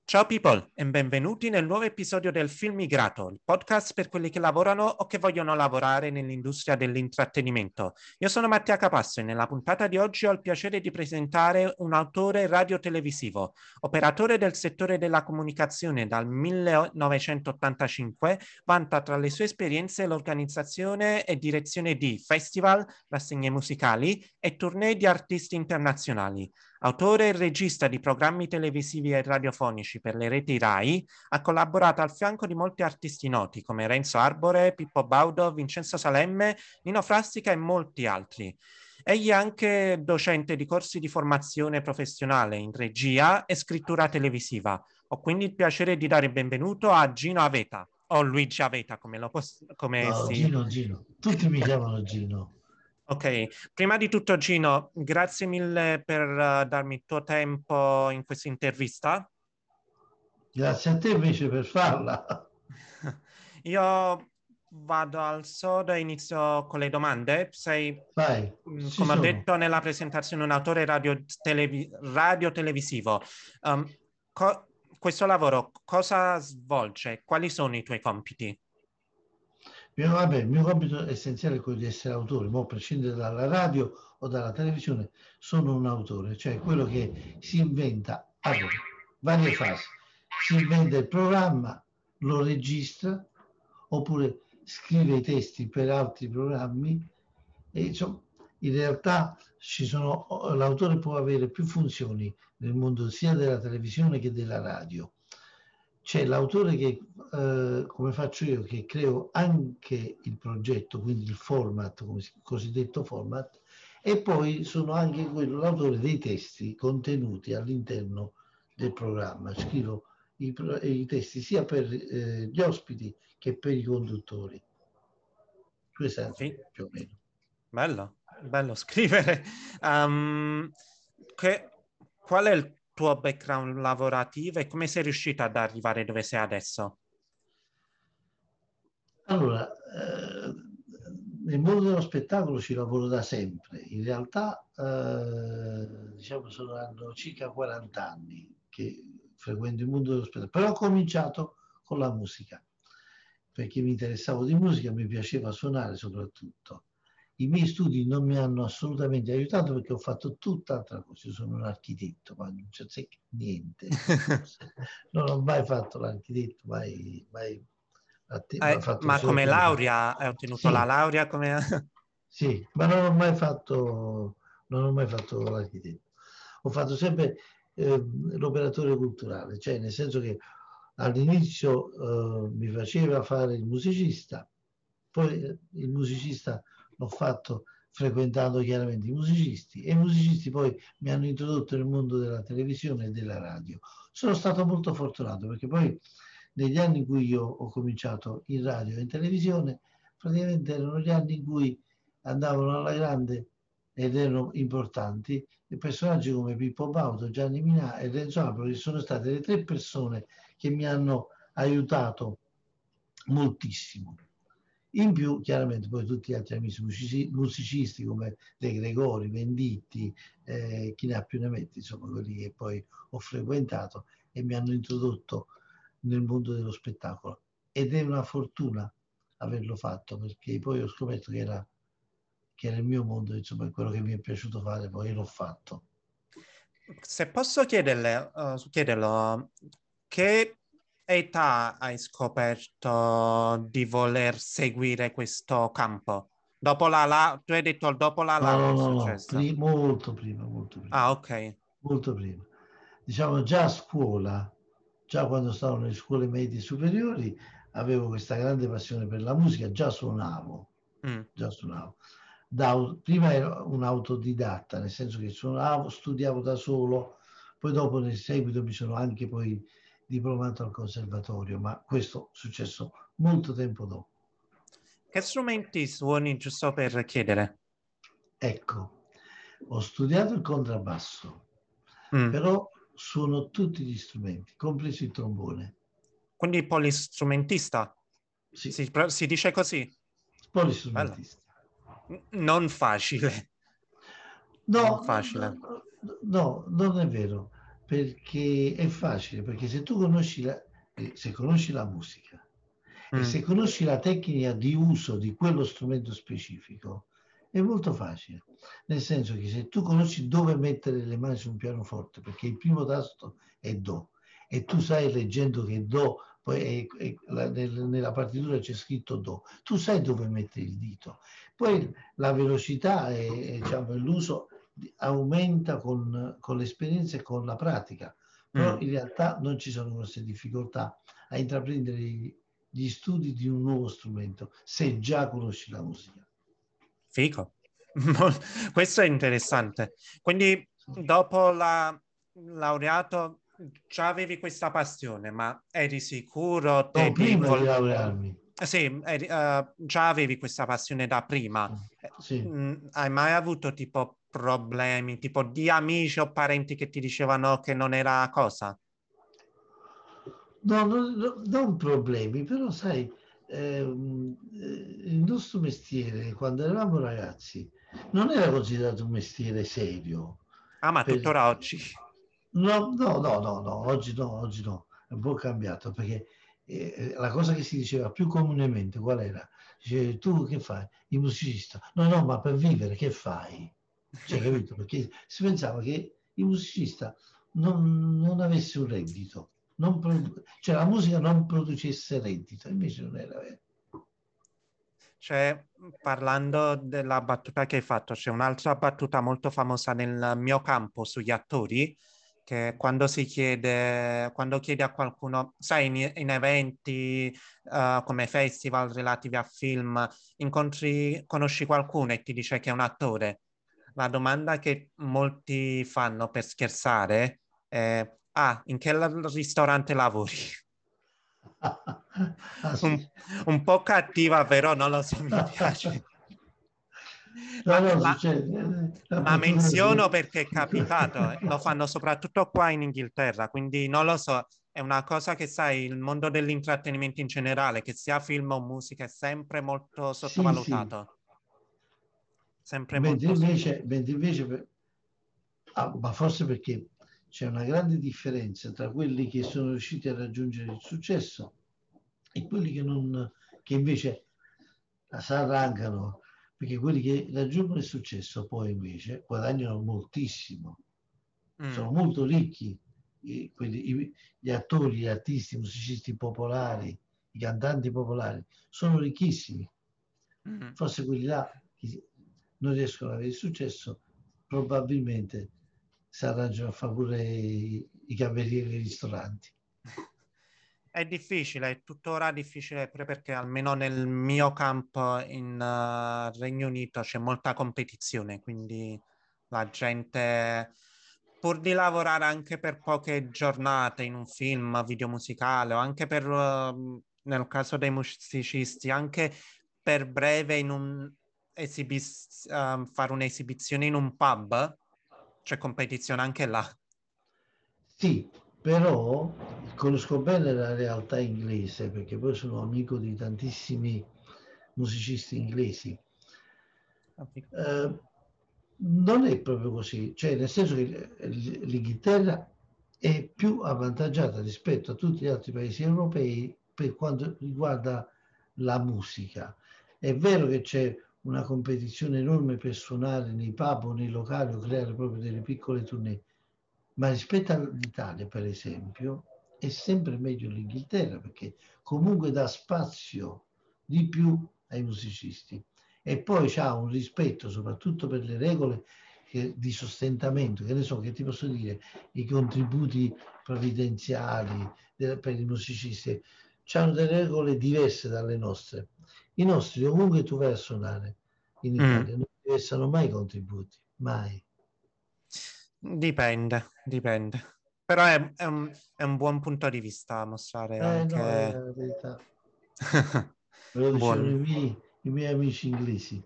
Ciao people e benvenuti nel nuovo episodio del Film Migrato, il podcast per quelli che lavorano o che vogliono lavorare nell'industria dell'intrattenimento. Io sono Mattia Capasso e nella puntata di oggi ho il piacere di presentare un autore radiotelevisivo, operatore del settore della comunicazione dal 1985, vanta tra le sue esperienze l'organizzazione e direzione di festival, rassegne musicali e tournée di artisti internazionali. Autore e regista di programmi televisivi e radiofonici per le reti RAI, ha collaborato al fianco di molti artisti noti come Renzo Arbore, Pippo Baudo, Vincenzo Salemme, Nino Frassica e molti altri. Egli è anche docente di corsi di formazione professionale in regia e scrittura televisiva. Ho quindi il piacere di dare il benvenuto a Gino Aveta, o Luigi Aveta, come No, si... Gino, tutti mi chiamano Gino. Ok, prima di tutto Gino, grazie mille per darmi il tuo tempo in questa intervista. Grazie a te invece per farla. Io vado al sodo e inizio con le domande. Sei, Vai, ci come ho sono. detto nella presentazione, un autore radio-televisivo. Um, questo lavoro cosa svolge? Quali sono i tuoi compiti? Il mio compito essenziale è quello di essere autore, ma a prescindere dalla radio o dalla televisione, sono un autore, cioè quello che si inventa, allora, varie fasi. Si inventa il programma, lo registra, oppure scrive i testi per altri programmi e insomma, in realtà l'autore può avere più funzioni nel mondo sia della televisione che della radio. C'è l'autore che, come faccio io, che creo anche il progetto, quindi il format, cosiddetto format, e poi sono anche l'autore dei testi contenuti all'interno del programma. Scrivo i testi sia per gli ospiti che per i conduttori. Questo è Sì, più o meno. bello, bello scrivere. Um, che- Qual è il tuo background lavorativo e come sei riuscito ad arrivare dove sei adesso? Allora, nel mondo dello spettacolo ci lavoro da sempre. In realtà, diciamo, hanno circa 40 anni che frequento il mondo dello spettacolo, però ho cominciato con la musica, perché mi interessavo di musica, mi piaceva suonare soprattutto. I miei studi non mi hanno assolutamente aiutato perché ho fatto tutt'altra cosa. Io sono un architetto, ma non c'è niente. Non ho mai fatto l'architetto, mai fatto Ma solo come teatro. laurea hai ottenuto la Sì, laurea come... sì, ma non ho mai fatto l'architetto. Ho fatto sempre l'operatore culturale, cioè nel senso che all'inizio mi faceva fare il musicista, poi il musicista l'ho fatto frequentando chiaramente i musicisti e i musicisti poi mi hanno introdotto nel mondo della televisione e della radio. Sono stato molto fortunato perché poi negli anni in cui io ho cominciato in radio e in televisione, praticamente erano gli anni in cui andavano alla grande ed erano importanti e personaggi come Pippo Baudo, Gianni Minà e Renzo Apro, che sono state le tre persone che mi hanno aiutato moltissimo. In più, chiaramente, poi tutti gli altri amici musicisti come De Gregori, Venditti, chi ne ha più ne mette, insomma, quelli che poi ho frequentato e mi hanno introdotto nel mondo dello spettacolo. Ed è una fortuna averlo fatto perché poi ho scoperto che era il mio mondo, insomma, quello che mi è piaciuto fare, poi l'ho fatto. Se posso chiederlo, che età hai scoperto di voler seguire questo campo? Tu hai detto dopo la No, laurea no, è no, no, successo. molto prima, molto prima, Ah, ok. molto prima. Diciamo già a scuola, già quando stavo nelle scuole medie superiori, avevo questa grande passione per la musica, Mm. già suonavo. Prima ero un autodidatta, nel senso che suonavo, studiavo da solo, poi dopo nel seguito mi sono anche poi diplomato al conservatorio, ma questo è successo molto tempo dopo. Che strumenti suoni, giusto per chiedere? Ecco, ho studiato il contrabbasso, Mm. però suono tutti gli strumenti, compreso il trombone. Quindi polistrumentista, Sì, si dice così? Bello. polistrumentista. Non facile, non No, facile. no, non è vero. perché è facile, perché se tu conosci se conosci la musica e Mm, se conosci la tecnica di uso di quello strumento specifico, è molto facile. Nel senso che se tu conosci dove mettere le mani su un pianoforte, perché il primo tasto è Do, e tu sai leggendo che Do, poi nella partitura c'è scritto Do, tu sai dove mettere il dito. Poi la velocità e diciamo, l'uso aumenta con l'esperienza e con la pratica, però mm. in realtà non ci sono grosse difficoltà a intraprendere gli studi di un nuovo strumento se già conosci la musica. Fico. Questo è interessante. Quindi dopo la laureato già avevi questa passione, ma eri sicuro No, te di prima di laurearmi. Sì, già avevi questa passione da prima. Sì. Hai mai avuto tipo problemi, tipo di amici o parenti che ti dicevano che non era cosa? No, non problemi, però sai, il nostro mestiere, quando eravamo ragazzi, non era considerato un mestiere serio. Ah, ma Per- tuttora oggi. No, no, no, no, no, oggi no, è un po' cambiato perché la cosa che si diceva più comunemente qual era? Dice, tu che fai? Il musicista. No, no, ma per vivere che fai? Cioè, capito? Perché si pensava che il musicista non avesse un reddito, cioè la musica non producesse reddito, invece non era vero. Cioè, parlando della battuta che hai fatto, c'è un'altra battuta molto famosa nel mio campo sugli attori, che quando si chiede, quando chiedi a qualcuno, sai, in eventi come festival relativi a film, incontri, conosci qualcuno e ti dice che è un attore. La domanda che molti fanno per scherzare è, ah, in che ristorante lavori? Ah, un, sì. un po' cattiva, però non lo so, mi piace. No, Ma no, succede. La la battuta menziono perché è capitato, lo fanno soprattutto qua in Inghilterra, quindi non lo so, è una cosa che sai, il mondo dell'intrattenimento in generale, che sia film o musica, è sempre molto sì, sì. sottovalutato, sempre molto Mentre invece ma forse perché c'è una grande differenza tra quelli che sono riusciti a raggiungere il successo e quelli che invece si arrancano, perché quelli che raggiungono il successo poi invece guadagnano moltissimo, Mm, sono molto ricchi, gli attori, gli artisti, i musicisti popolari, i cantanti popolari, sono ricchissimi. mm. Forse quelli là che non riescono ad avere successo, probabilmente si arrangiano a fare pure i camerieri nei ristoranti. È difficile, è tuttora difficile pure perché almeno nel mio campo in Regno Unito c'è molta competizione, quindi la gente, pur di lavorare anche per poche giornate in un film, video musicale o anche per, nel caso dei musicisti, anche per breve in un fare un'esibizione in un pub, c'è competizione anche là. Sì, però conosco bene la realtà inglese perché poi sono amico di tantissimi musicisti inglesi. Eh, non è proprio così, cioè nel senso che l'Inghilterra è più avvantaggiata rispetto a tutti gli altri paesi europei per quanto riguarda la musica. È vero che c'è una competizione enorme per suonare nei pub o nei locali o creare proprio delle piccole tournée, ma rispetto all'Italia, per esempio, è sempre meglio l'Inghilterra perché comunque dà spazio di più ai musicisti e poi c'ha un rispetto soprattutto per le regole di sostentamento, che ne so, che ti posso dire, i contributi provvidenziali per i musicisti, hanno delle regole diverse dalle nostre. I nostri, ovunque tu vai a suonare in Mm. Italia, non ti versano mai contributi, mai. Dipende, dipende. Però è un buon punto di vista mostrare No, è anche la verità. Me lo dicevano buon. i miei amici inglesi.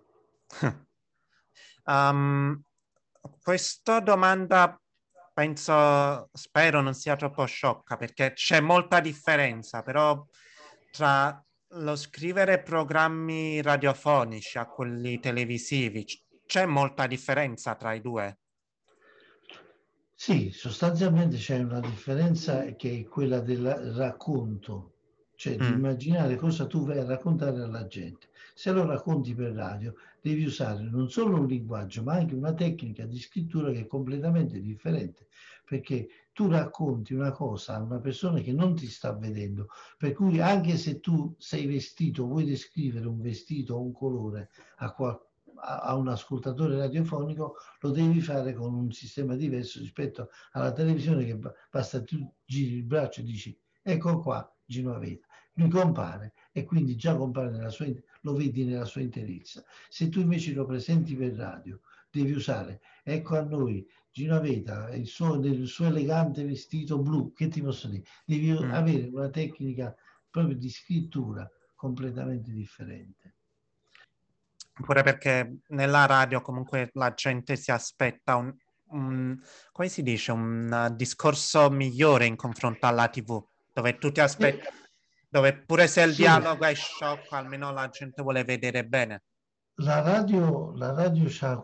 Um, questa domanda penso, spero non sia troppo sciocca perché c'è molta differenza, però tra lo scrivere programmi radiofonici a quelli televisivi c'è molta differenza tra i due. Sì, sostanzialmente c'è una differenza che è quella del racconto, cioè di Mm, immaginare cosa tu vai a raccontare alla gente. Se lo racconti per radio, devi usare non solo un linguaggio, ma anche una tecnica di scrittura che è completamente differente, perché tu racconti una cosa a una persona che non ti sta vedendo, per cui anche se tu sei vestito, vuoi descrivere un vestito o un colore a un ascoltatore radiofonico, lo devi fare con un sistema diverso rispetto alla televisione che basta tu giri il braccio e dici ecco qua Gino Aveta. Lui compare e quindi già compare lo vedi nella sua interezza. Se tu invece lo presenti per radio, devi usare ecco a noi Gino Aveta nel suo elegante vestito blu, che ti posso dire? Devi mm. avere una tecnica proprio di scrittura completamente differente. Pure perché nella radio comunque la gente si aspetta come si dice, un discorso migliore in confronto alla TV, dove tu ti Eh, aspetti, dove pure se il sì, dialogo è sciocco, almeno la gente vuole vedere bene. la radio ha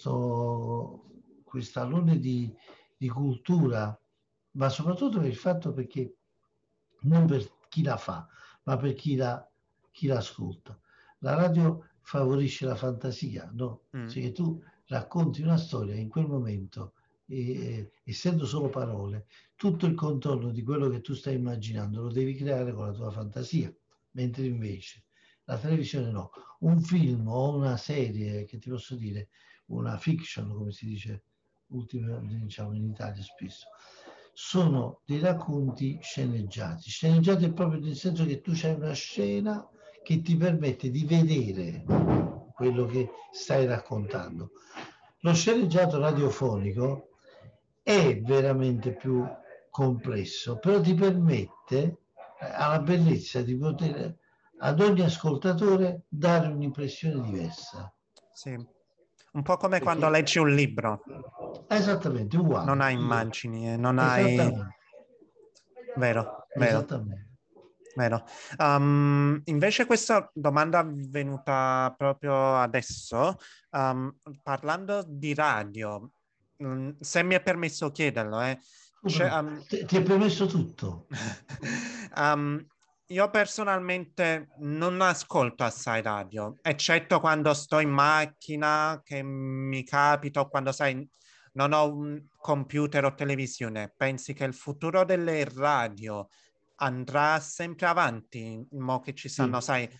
questo alone di cultura, ma soprattutto per il fatto perché non per chi la fa, ma per chi l'ascolta. La radio favorisce la fantasia, no? Mm, Cioè che tu racconti una storia in quel momento, essendo solo parole, tutto il contorno di quello che tu stai immaginando lo devi creare con la tua fantasia, mentre invece la televisione no. Un film o una serie, che ti posso dire, una fiction, come si dice diciamo in Italia spesso, sono dei racconti sceneggiati. Sceneggiati proprio nel senso che tu c'hai una scena che ti permette di vedere quello che stai raccontando. Lo sceneggiato radiofonico è veramente più complesso, però ti permette, ha la bellezza di poter ad ogni ascoltatore dare un'impressione diversa. sì. Un po' come quando Perché leggi un libro, esattamente non uguale, hai uguale. immagini, non hai... Esattamente, Vero, vero. esattamente. Vero. Invece questa domanda è venuta proprio adesso, parlando di radio, se mi è permesso chiederlo, c'è, Ti è permesso tutto. um, io personalmente non ascolto assai radio, eccetto quando sto in macchina, che mi capita, o quando sai, non ho un computer o televisione. Pensi che il futuro delle radio andrà sempre avanti, mo che ci stanno, Sì, sai,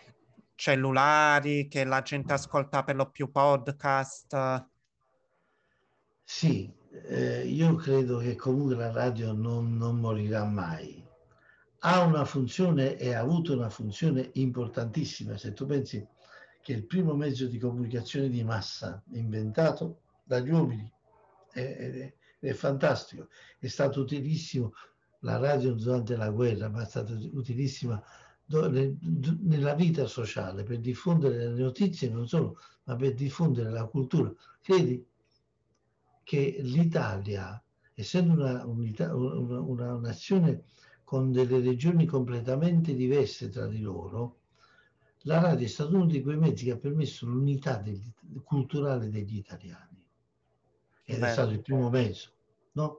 cellulari, che la gente ascolta per lo più podcast. sì, io credo che comunque la radio non morirà mai. Ha una funzione e ha avuto una funzione importantissima. Se tu pensi che il primo mezzo di comunicazione di massa inventato dagli uomini è fantastico, è stato utilissimo la radio durante la guerra, ma è stata utilissima nella vita sociale per diffondere le notizie non solo, ma per diffondere la cultura. Credi che l'Italia, essendo una nazione con delle regioni completamente diverse tra di loro, la radio è stato uno di quei mezzi che ha permesso l'unità culturale degli italiani ed è stato Vero. il primo mezzo, no?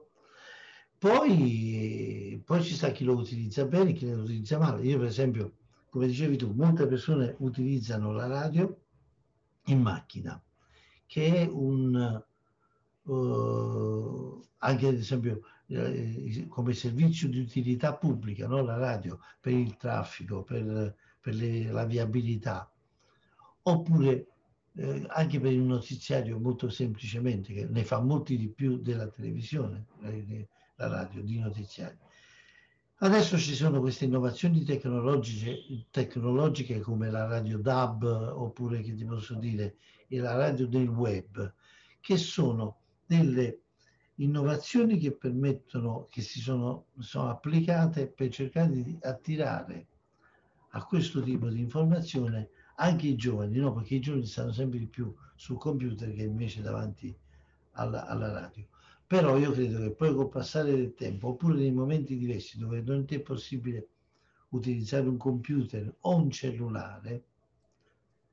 Poi ci sta chi lo utilizza bene e chi lo utilizza male. Io, per esempio, come dicevi tu, molte persone utilizzano la radio in macchina, che è anche ad esempio come servizio di utilità pubblica, no? La radio per il traffico, per la viabilità, oppure anche per il notiziario molto semplicemente, che ne fa molti di più della televisione, la radio di notiziari. Adesso ci sono queste innovazioni tecnologiche come la radio DAB, oppure che ti posso dire, la radio del web, che sono delle innovazioni che permettono, che sono applicate per cercare di attirare a questo tipo di informazione anche i giovani, no? Perché i giovani stanno sempre di più sul computer che invece davanti alla radio. Però io credo che poi col passare del tempo, oppure nei momenti diversi dove non è possibile utilizzare un computer o un cellulare,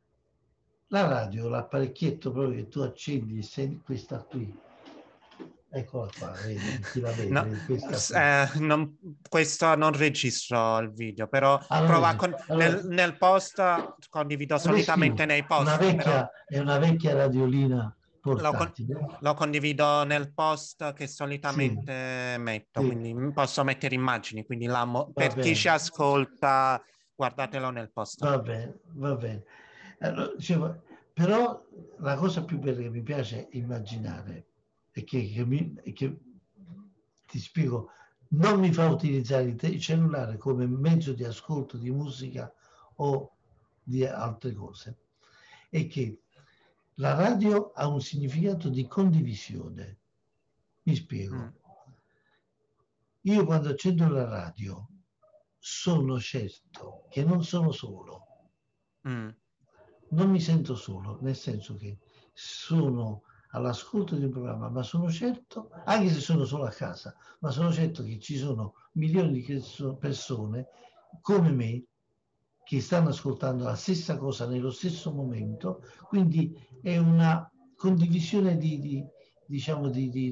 la radio, l'apparecchietto proprio che tu accendi e senti questa qui, Eccola qua, vedi, chi la vede, No, vedi, questa qui. questo non registro il video, però Allora, allora, nel post condivido Rescue, solitamente nei post, però è una vecchia radiolina lo, portatile. lo condivido nel post che Sì, solitamente metto, sì, quindi posso mettere immagini, quindi va per chi ci bene, ascolta, guardatelo nel post. va bene, va bene. Allora, dicevo, però la cosa più bella che mi piace immaginare è che ti spiego, non mi fa utilizzare il cellulare come mezzo di ascolto di musica o di altre cose. È che la radio ha un significato di condivisione. Mi spiego. Mm, Io quando accendo la radio sono certo che non sono solo, mm, non mi sento solo, nel senso che sono all'ascolto di un programma, ma sono certo, anche se sono solo a casa, ma sono certo che ci sono milioni di persone come me che stanno ascoltando la stessa cosa nello stesso momento, quindi è una condivisione diciamo,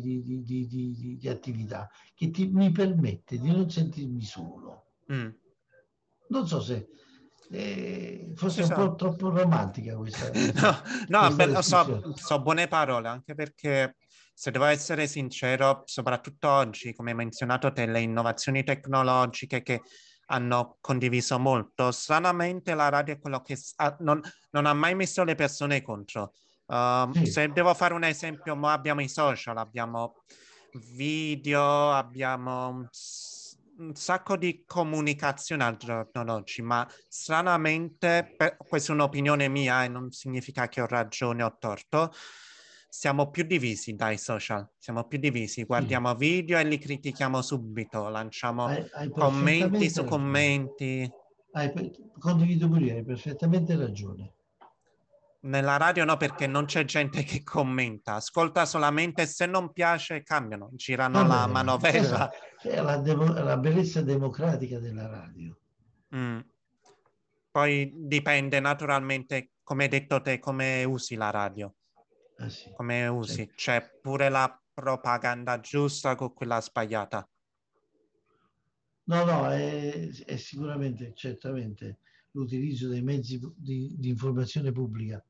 di attività che mi permette di non sentirmi solo. mm. Non so se forse Sì, è un so. po' troppo romantica No, no, questa descrizione. so buone parole, anche perché se devo essere sincero, soprattutto oggi, come hai menzionato te, le innovazioni tecnologiche che hanno condiviso molto, stranamente la radio è quello che non ha mai messo le persone contro. Sì, Se devo fare un esempio, mo abbiamo i social, abbiamo video, abbiamo un sacco di comunicazione al giorno d'oggi, ma stranamente, questa è un'opinione mia e non significa che ho ragione o torto, siamo più divisi dai social, siamo più divisi, sì, guardiamo video e li critichiamo subito, lanciamo hai commenti perfettamente su ragione. commenti. Condivido pure io, hai perfettamente ragione. Nella radio no, perché non c'è gente che commenta, ascolta solamente e se non piace cambiano, girano la Vabbè, manovella. esatto, è è la bellezza democratica della radio. Mm. Poi dipende naturalmente, come hai detto te, come usi la radio, Ah sì, come sì. usi. C'è pure la propaganda giusta con quella sbagliata. No, no, è sicuramente, certamente l'utilizzo dei mezzi di informazione pubblica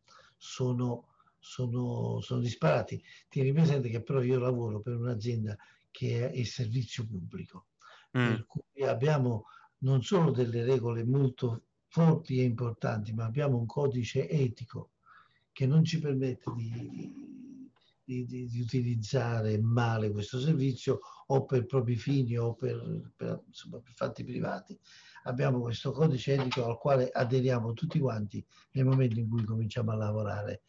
sono disparati. Tieni presente che però io lavoro per un'azienda che è il servizio pubblico, Mm. per cui abbiamo non solo delle regole molto forti e importanti, ma abbiamo un codice etico che non ci permette di utilizzare male questo servizio o per propri fini o insomma, per fatti privati. Abbiamo questo codice etico al quale aderiamo tutti quanti nel momento in cui cominciamo a lavorare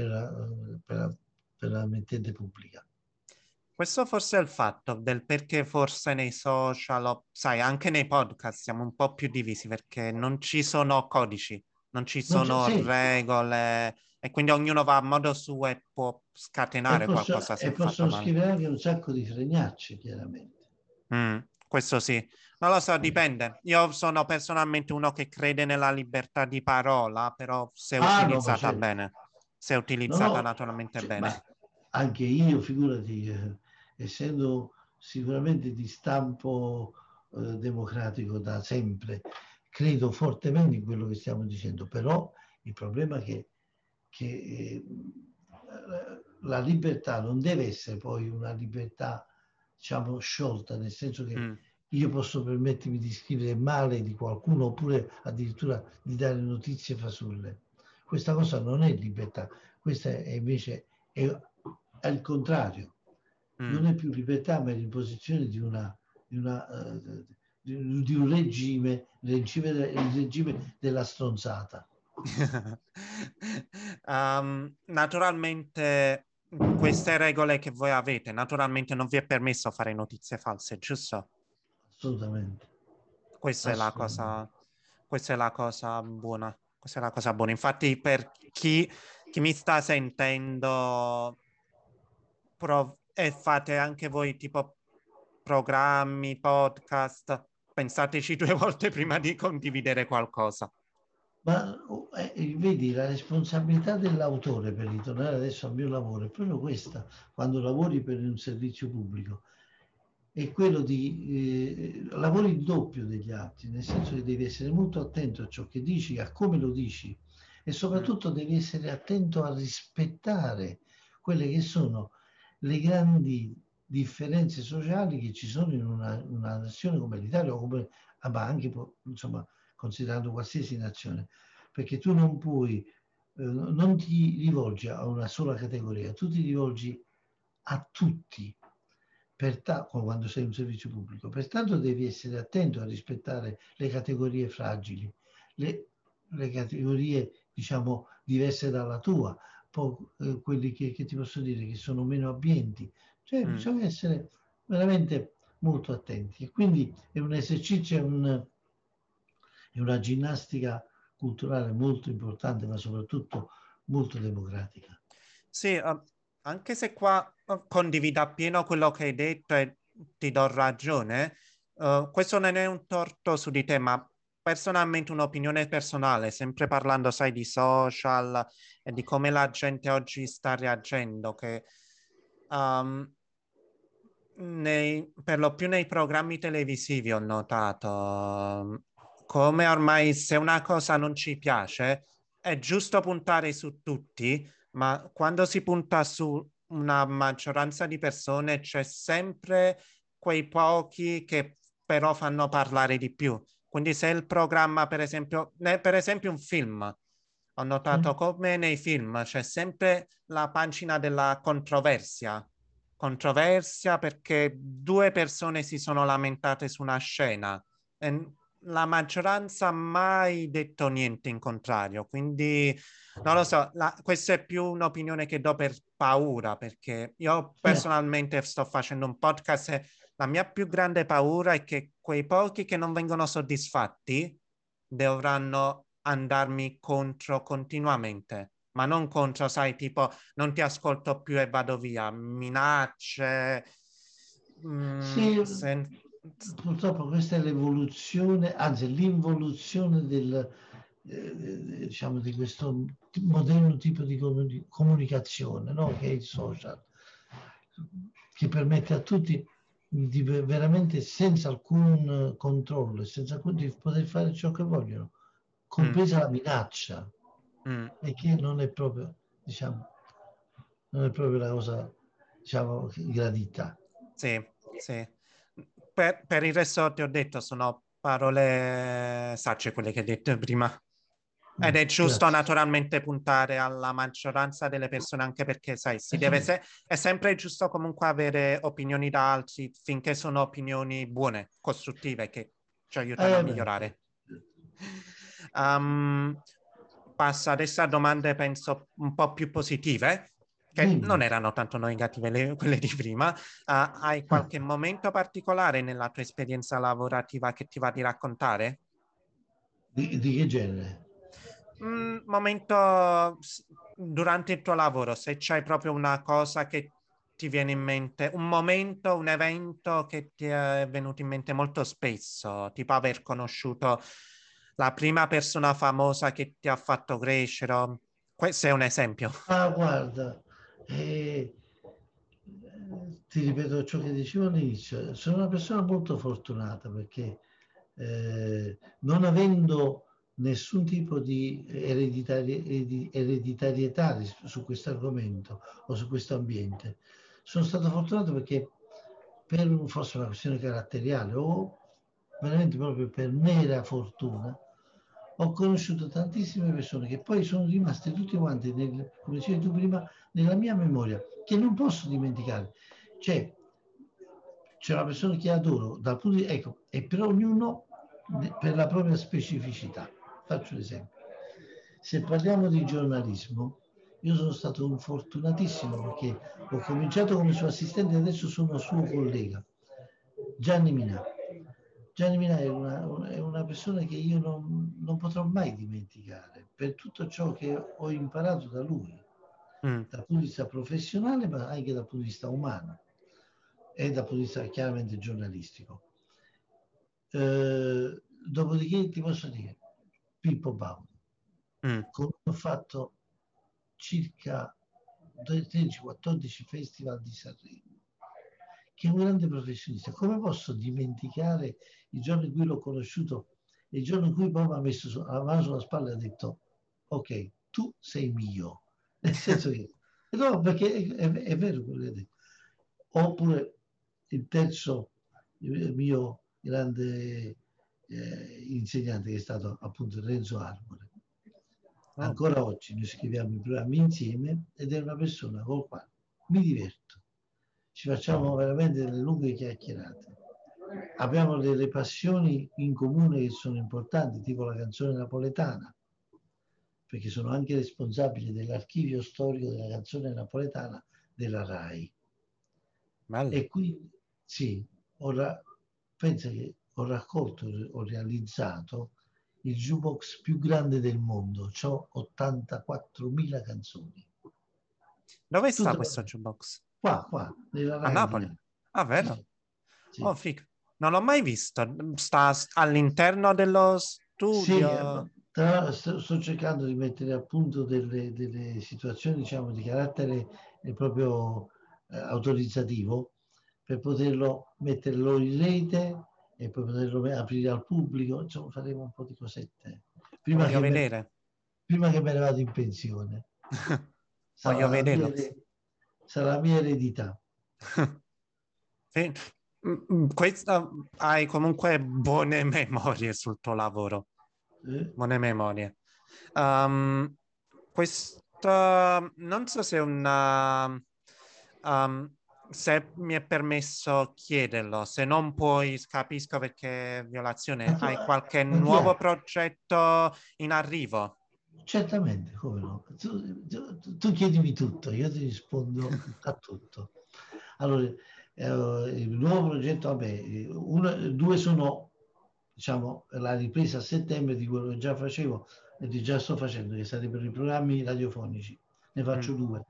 per la mittente pubblica. Questo forse è il fatto del perché forse nei social, sai, anche nei podcast siamo un po' più divisi perché non ci sono codici, non ci sono Sì, regole e quindi ognuno va a modo suo e può scatenare qualcosa se e è fatto possono male. scrivere anche un sacco di fregnacce, chiaramente. Mm, questo sì. Non lo so, dipende. Io sono personalmente uno che crede nella libertà di parola, però se Ah, no, ma utilizzata certo. bene, se No, utilizzata no, naturalmente ma bene. anche io, figurati, essendo sicuramente di stampo democratico da sempre, credo fortemente in quello che stiamo dicendo, però il problema è che la libertà non deve essere poi una libertà, diciamo, sciolta, nel senso che Mm. io posso permettermi di scrivere male di qualcuno oppure addirittura di dare notizie fasulle. Questa cosa non è libertà, questa è invece è il contrario, Mm. non è più libertà, ma è l'imposizione di, una, di un regime, il regime della stronzata. Naturalmente, queste regole che voi avete, naturalmente non vi è permesso fare notizie false, giusto? Assolutamente, Questa è la assolutamente. cosa, questa è la cosa buona. Questa è la cosa buona. Infatti, per chi mi sta sentendo, e fate anche voi tipo programmi, podcast, pensateci due volte prima di condividere qualcosa. Ma vedi, la responsabilità dell'autore, per ritornare adesso al mio lavoro, è proprio questa, quando lavori per un servizio pubblico, è quello di lavori il doppio degli altri, nel senso che devi essere molto attento a ciò che dici, a come lo dici e Mm, soprattutto devi essere attento a rispettare quelle che sono le grandi differenze sociali che ci sono in una nazione come l'Italia o come, ma anche insomma, considerando qualsiasi nazione, perché tu non puoi, non ti rivolgi a una sola categoria, tu ti rivolgi a tutti quando sei un servizio pubblico. Pertanto devi essere attento a rispettare le categorie fragili, le categorie, diciamo, diverse dalla tua, poi quelli che ti posso dire che sono meno abbienti. Cioè, mm. bisogna essere veramente molto attenti. E quindi è un esercizio, è una ginnastica culturale molto importante, ma soprattutto molto democratica. Sì, anche se qua condivido appieno quello che hai detto e ti do ragione, questo non è un torto su di te, ma personalmente un'opinione personale, sempre parlando, sai, di social e di come la gente oggi sta reagendo, che um, per lo più nei programmi televisivi ho notato come ormai se una cosa non ci piace è giusto puntare su tutti, ma quando si punta su una maggioranza di persone c'è sempre quei pochi che però fanno parlare di più. Quindi se il programma, per esempio un film, ho Sì, notato come nei film c'è sempre la pagina della controversia. Controversia perché due persone si sono lamentate su una scena e la maggioranza ha mai detto niente in contrario. Quindi non lo so, questa è più un'opinione che do per paura, perché io certo. personalmente sto facendo un podcast e la mia più grande paura è che quei pochi che non vengono soddisfatti dovranno andarmi contro continuamente, ma non contro, sai, tipo non ti ascolto più e vado via, minacce, Sì, sen- purtroppo questa è l'evoluzione, anzi l'involuzione diciamo, di questo moderno tipo di comunicazione, no? Che è il social, che permette a tutti di veramente senza alcun controllo e senza di poter fare ciò che vogliono, mm, compresa la minaccia, mm, e che non è proprio, diciamo, non è proprio la cosa, diciamo, gradita. sì, sì. Per il resto ti ho detto, sono parole sacce quelle che hai detto prima. Ed è giusto Grazie. naturalmente puntare alla maggioranza delle persone, anche perché, sai, è sempre giusto comunque avere opinioni da altri finché sono opinioni buone, costruttive, che ci aiutano a Beh, migliorare. Um, Passo adesso a domande, penso, un po' più positive, che non dimmi, erano tanto negative quelle di prima. Hai qualche momento particolare nella tua esperienza lavorativa che ti va di raccontare? di che genere? Momento durante il tuo lavoro, se c'hai proprio una cosa che ti viene in mente, un momento, un evento che ti è venuto in mente molto spesso, tipo aver conosciuto la prima persona famosa che ti ha fatto crescere. Questo è un esempio. Ah, guarda, ti ripeto ciò che dicevo all'inizio, sono una persona molto fortunata perché non avendo nessun tipo di ereditarietà su questo argomento o su questo ambiente, sono stato fortunato perché forse una questione caratteriale o veramente proprio per mera fortuna, ho conosciuto tantissime persone che poi sono rimaste tutti quanti, come dicevi tu prima, nella mia memoria, che non posso dimenticare. Cioè, c'è una persona che adoro, ecco, e per ognuno per la propria specificità. Faccio un esempio. Se parliamo di giornalismo, io sono stato un fortunatissimo perché ho cominciato come suo assistente e adesso sono suo collega, Gianni Minà. Gianni Minà è una persona che io non potrò mai dimenticare per tutto ciò che ho imparato da lui, Mm, dal punto di vista professionale, ma anche dal punto di vista umano e dal punto di vista chiaramente giornalistico. Dopodiché ti posso dire, Pippo Baudo. Ho fatto circa 13-14 festival di Sanremo, che è un grande professionista. Come posso dimenticare il giorno in cui l'ho conosciuto e il giorno in cui poi mi ha messo la mano sulla spalla e ha detto ok, tu sei mio. Nel senso che, no, perché è vero quello che ha detto. Oppure il terzo mio grande insegnante, che è stato appunto Renzo Arbore. Oh. Ancora oggi noi scriviamo i programmi insieme ed è una persona con la quale mi diverto. Ci facciamo veramente delle lunghe chiacchierate. Abbiamo delle passioni in comune che sono importanti, tipo la canzone napoletana, perché sono anche responsabile dell'archivio storico della canzone napoletana della RAI. Bello. E quindi, sì, pensa che ho raccolto, ho realizzato il jukebox più grande del mondo, ho 84.000 canzoni. Dove sta Tutte questo jukebox? qua, nella A RAI di Napoli? Napoli. Ah, Sì, vero? sì. Oh, figo. Non l'ho mai visto. Sta all'interno dello Sì, studio. sto cercando di mettere a punto delle situazioni, diciamo, di carattere proprio autorizzativo per poterlo metterlo in rete e poi poterlo aprire al pubblico. Insomma, faremo un po' di cosette prima Voglio che vedere. me ne vado in pensione. Voglio Sarà la mia, vederlo. sarà la mia eredità. Sì. Hai comunque buone memorie sul tuo lavoro. Eh? Buone memorie. Um, Questa non so se è se mi è permesso chiederlo, se non puoi, capisco perché è violazione. Hai qualche Ma chi è? nuovo progetto in arrivo? Certamente, come no? Tu chiedimi tutto, io ti rispondo a tutto. Allora, il nuovo progetto, vabbè, due sono, diciamo, la ripresa a settembre di quello che già facevo e che già sto facendo, che sarebbero i programmi radiofonici. Ne Mm, faccio due.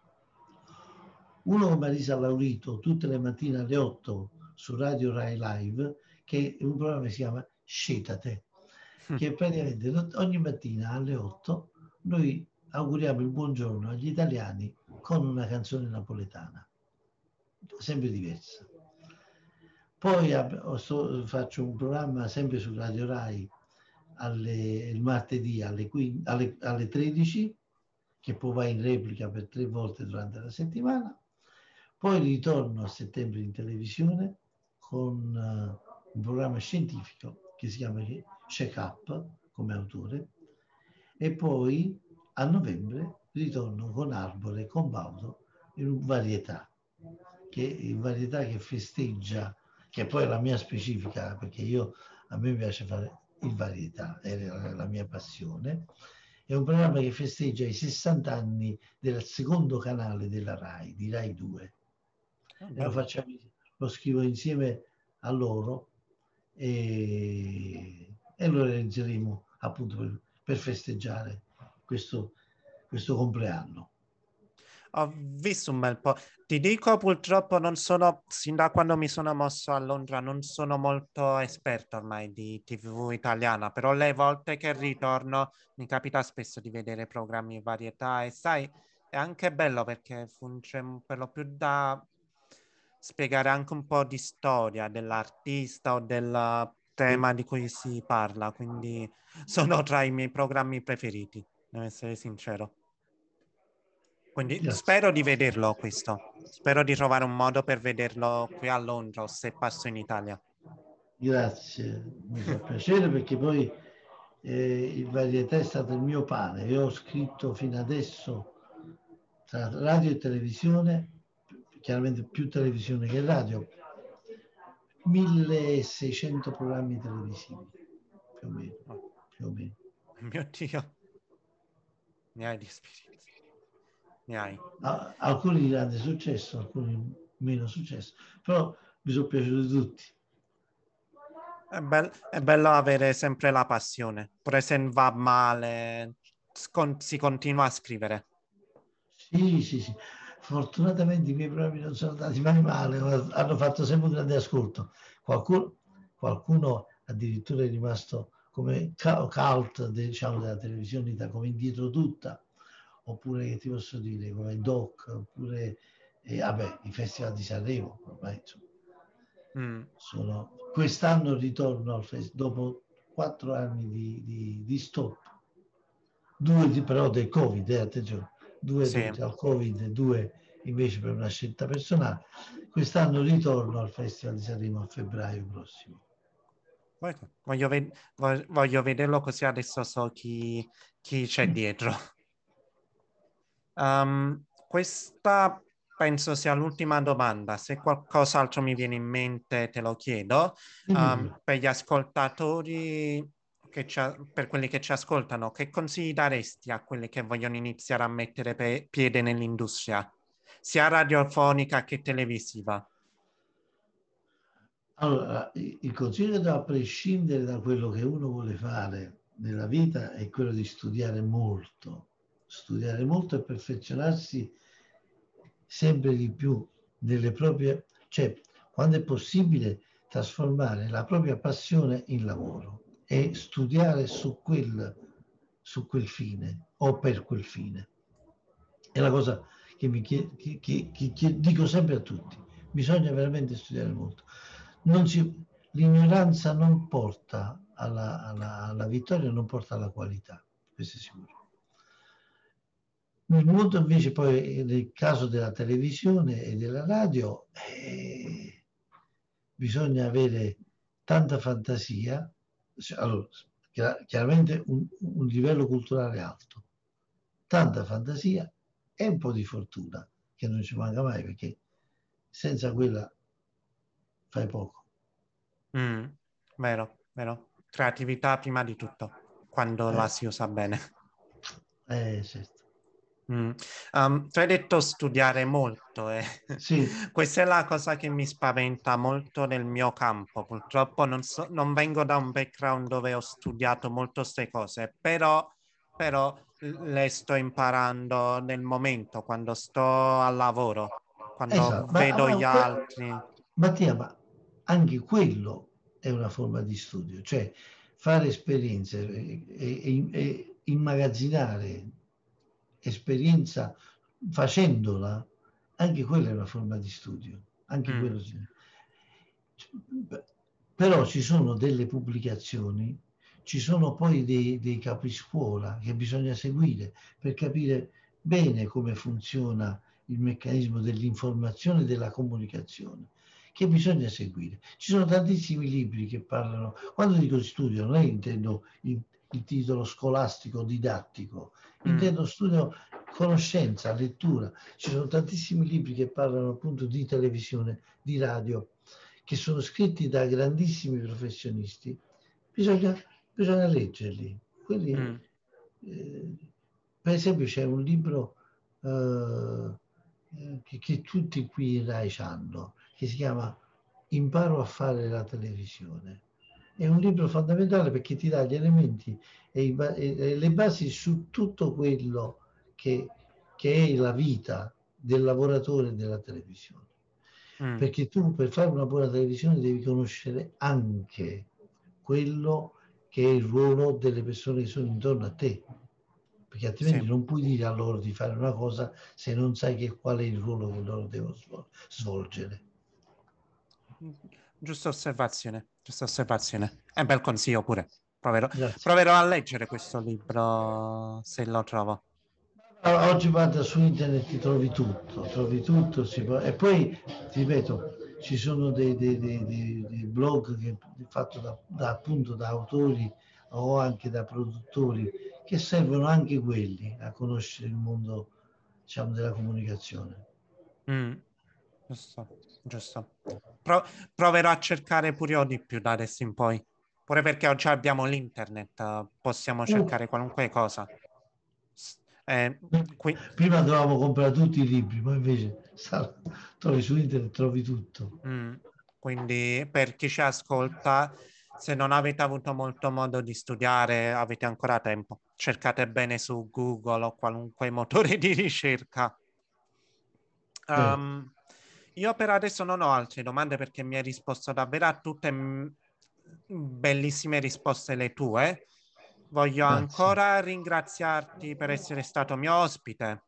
Uno con Marisa Laurito, tutte le mattine alle 8 su Radio Rai Live, che è un programma che si chiama Scetate, mm. che praticamente ogni mattina alle 8 noi auguriamo il buongiorno agli italiani con una canzone napoletana, sempre diversa. Poi faccio un programma sempre su Radio Rai il martedì alle 13, che poi va in replica per 3 volte durante la settimana. Poi ritorno a settembre in televisione con un programma scientifico che si chiama Check Up come autore, e poi a novembre ritorno con Arbore e con Baudo in varietà, che festeggia, che poi è la mia specifica, perché a me piace fare il varietà, è la mia passione. È un programma che festeggia i 60 anni del secondo canale della RAI, di RAI 2. Oh, E bello. lo scrivo insieme a loro e lo realizzeremo appunto per festeggiare questo, questo compleanno. Ho visto un bel po'. Ti dico, purtroppo non sono, sin da quando mi sono mosso a Londra, non sono molto esperto ormai di TV italiana, però le volte che ritorno mi capita spesso di vedere programmi in varietà e sai, è anche bello perché funge per lo più da spiegare anche un po' di storia dell'artista o del tema di cui si parla, quindi sono tra i miei programmi preferiti, devo essere sincero. Quindi Grazie. spero di vederlo questo. Spero di trovare un modo per vederlo qui a Londra o se passo in Italia. Grazie, mi fa piacere perché poi il varietà è stato il mio pane. Io ho scritto fino adesso tra radio e televisione, chiaramente più televisione che radio, 1600 programmi televisivi, più o meno, Oh, più o meno. mio Dio, ne hai di esperienza. Ne hai. Alcuni di grande successo, alcuni meno successo, però mi sono piaciuti tutti. È bello avere sempre la passione, pure se va male, si continua a scrivere. Sì, sì, sì. Fortunatamente i miei programmi non sono andati mai male, hanno fatto sempre un grande ascolto. Qualcuno addirittura è rimasto come cult, diciamo, della televisione italiana, come Indietro Tutta, oppure che ti posso dire, come Doc, oppure vabbè, i festival di Sanremo, ormai insomma, quest'anno ritorno al dopo 4 anni di stop, 2 però del Covid, attenzione, 2 Sì. dovuti al Covid e 2 invece per una scelta personale. Quest'anno ritorno al Festival di Sanremo a febbraio prossimo. Voglio vederlo così adesso so chi c'è dietro. Questa penso sia l'ultima domanda. Se qualcos'altro mi viene in mente, te lo chiedo. Per gli ascoltatori, per quelli che ci ascoltano, che consigli daresti a quelli che vogliono iniziare a mettere piede nell'industria, sia radiofonica che televisiva? Allora, il consiglio da prescindere da quello che uno vuole fare nella vita è quello di studiare molto e perfezionarsi sempre di più nelle proprie, cioè quando è possibile trasformare la propria passione in lavoro e studiare su quel fine o per quel fine. È la cosa che dico sempre a tutti. Bisogna veramente studiare molto. L'ignoranza non porta alla vittoria, non porta alla qualità, questo è sicuro. Nel mondo invece poi, nel caso della televisione e della radio, bisogna avere tanta fantasia, allora, chiaramente un livello culturale alto, tanta fantasia e un po' di fortuna, che non ci manca mai, perché senza quella fai poco. Vero, vero. Creatività prima di tutto, quando la si usa bene. Certo. Tu hai detto studiare molto e Sì. questa è la cosa che mi spaventa molto nel mio campo. Purtroppo non vengo da un background dove ho studiato molto queste cose, però le sto imparando nel momento, quando sto al lavoro, quando Esatto, vedo gli altri. Mattia, ma anche quello è una forma di studio, cioè fare esperienze e immagazzinare esperienza facendola, anche quella è una forma di studio, anche quello sì. Però ci sono delle pubblicazioni, ci sono poi dei capiscuola che bisogna seguire per capire bene come funziona il meccanismo dell'informazione e della comunicazione, che bisogna seguire. Ci sono tantissimi libri che parlano, quando dico studio non è intendo il titolo scolastico didattico, intendo studio conoscenza, lettura. Ci sono tantissimi libri che parlano appunto di televisione, di radio, che sono scritti da grandissimi professionisti. Bisogna leggerli. Quelli, per esempio c'è un libro che tutti qui in Rai hanno, che si chiama Imparo a fare la televisione. È un libro fondamentale perché ti dà gli elementi e le basi su tutto quello che è la vita del lavoratore della televisione. Perché tu per fare una buona televisione devi conoscere anche quello che è il ruolo delle persone che sono intorno a te, perché altrimenti non puoi dire a loro di fare una cosa se non sai qual è il ruolo che loro devono svolgere. Giusta osservazione, giusta osservazione. È un bel consiglio pure. Grazie. Proverò a leggere questo libro se lo trovo. Oggi guarda su internet ti trovi tutto e poi ti ripeto, ci sono dei blog fatti appunto da autori o anche da produttori che servono anche quelli a conoscere il mondo, diciamo, della comunicazione. Giusto, giusto. Proverò a cercare pure io di più da adesso in poi. Pure perché oggi abbiamo l'internet, possiamo cercare qualunque cosa. Eh, qui, Prima dovevamo comprare tutti i libri, poi invece trovi su internet, trovi tutto. mm, quindi per chi ci ascolta, se non avete avuto molto modo di studiare, avete ancora tempo. Cercate bene su Google o qualunque motore di ricerca. Certo. Io per adesso non ho altre domande perché mi hai risposto davvero a tutte. Bellissime risposte le tue. Voglio Grazie. ancora ringraziarti per essere stato mio ospite.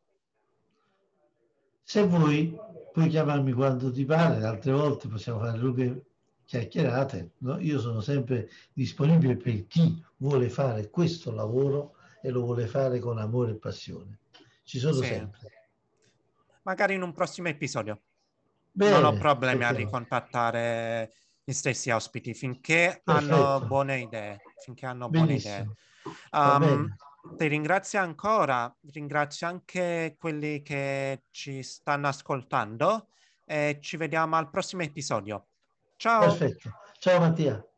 Se vuoi, puoi chiamarmi quando ti pare, altre volte possiamo fare lunghe chiacchierate, no? Io sono sempre disponibile per chi vuole fare questo lavoro e lo vuole fare con amore e passione. Ci sono Sì, sempre. magari in un prossimo episodio. Non ho Bene, problemi a perché no? ricontattare gli stessi ospiti finché hanno Perfetto, buone idee. Finché hanno buone idee. benissimo. Va Um, bene, ti ringrazio ancora, ringrazio anche quelli che ci stanno ascoltando e ci vediamo al prossimo episodio. Ciao! perfetto. Ciao Mattia.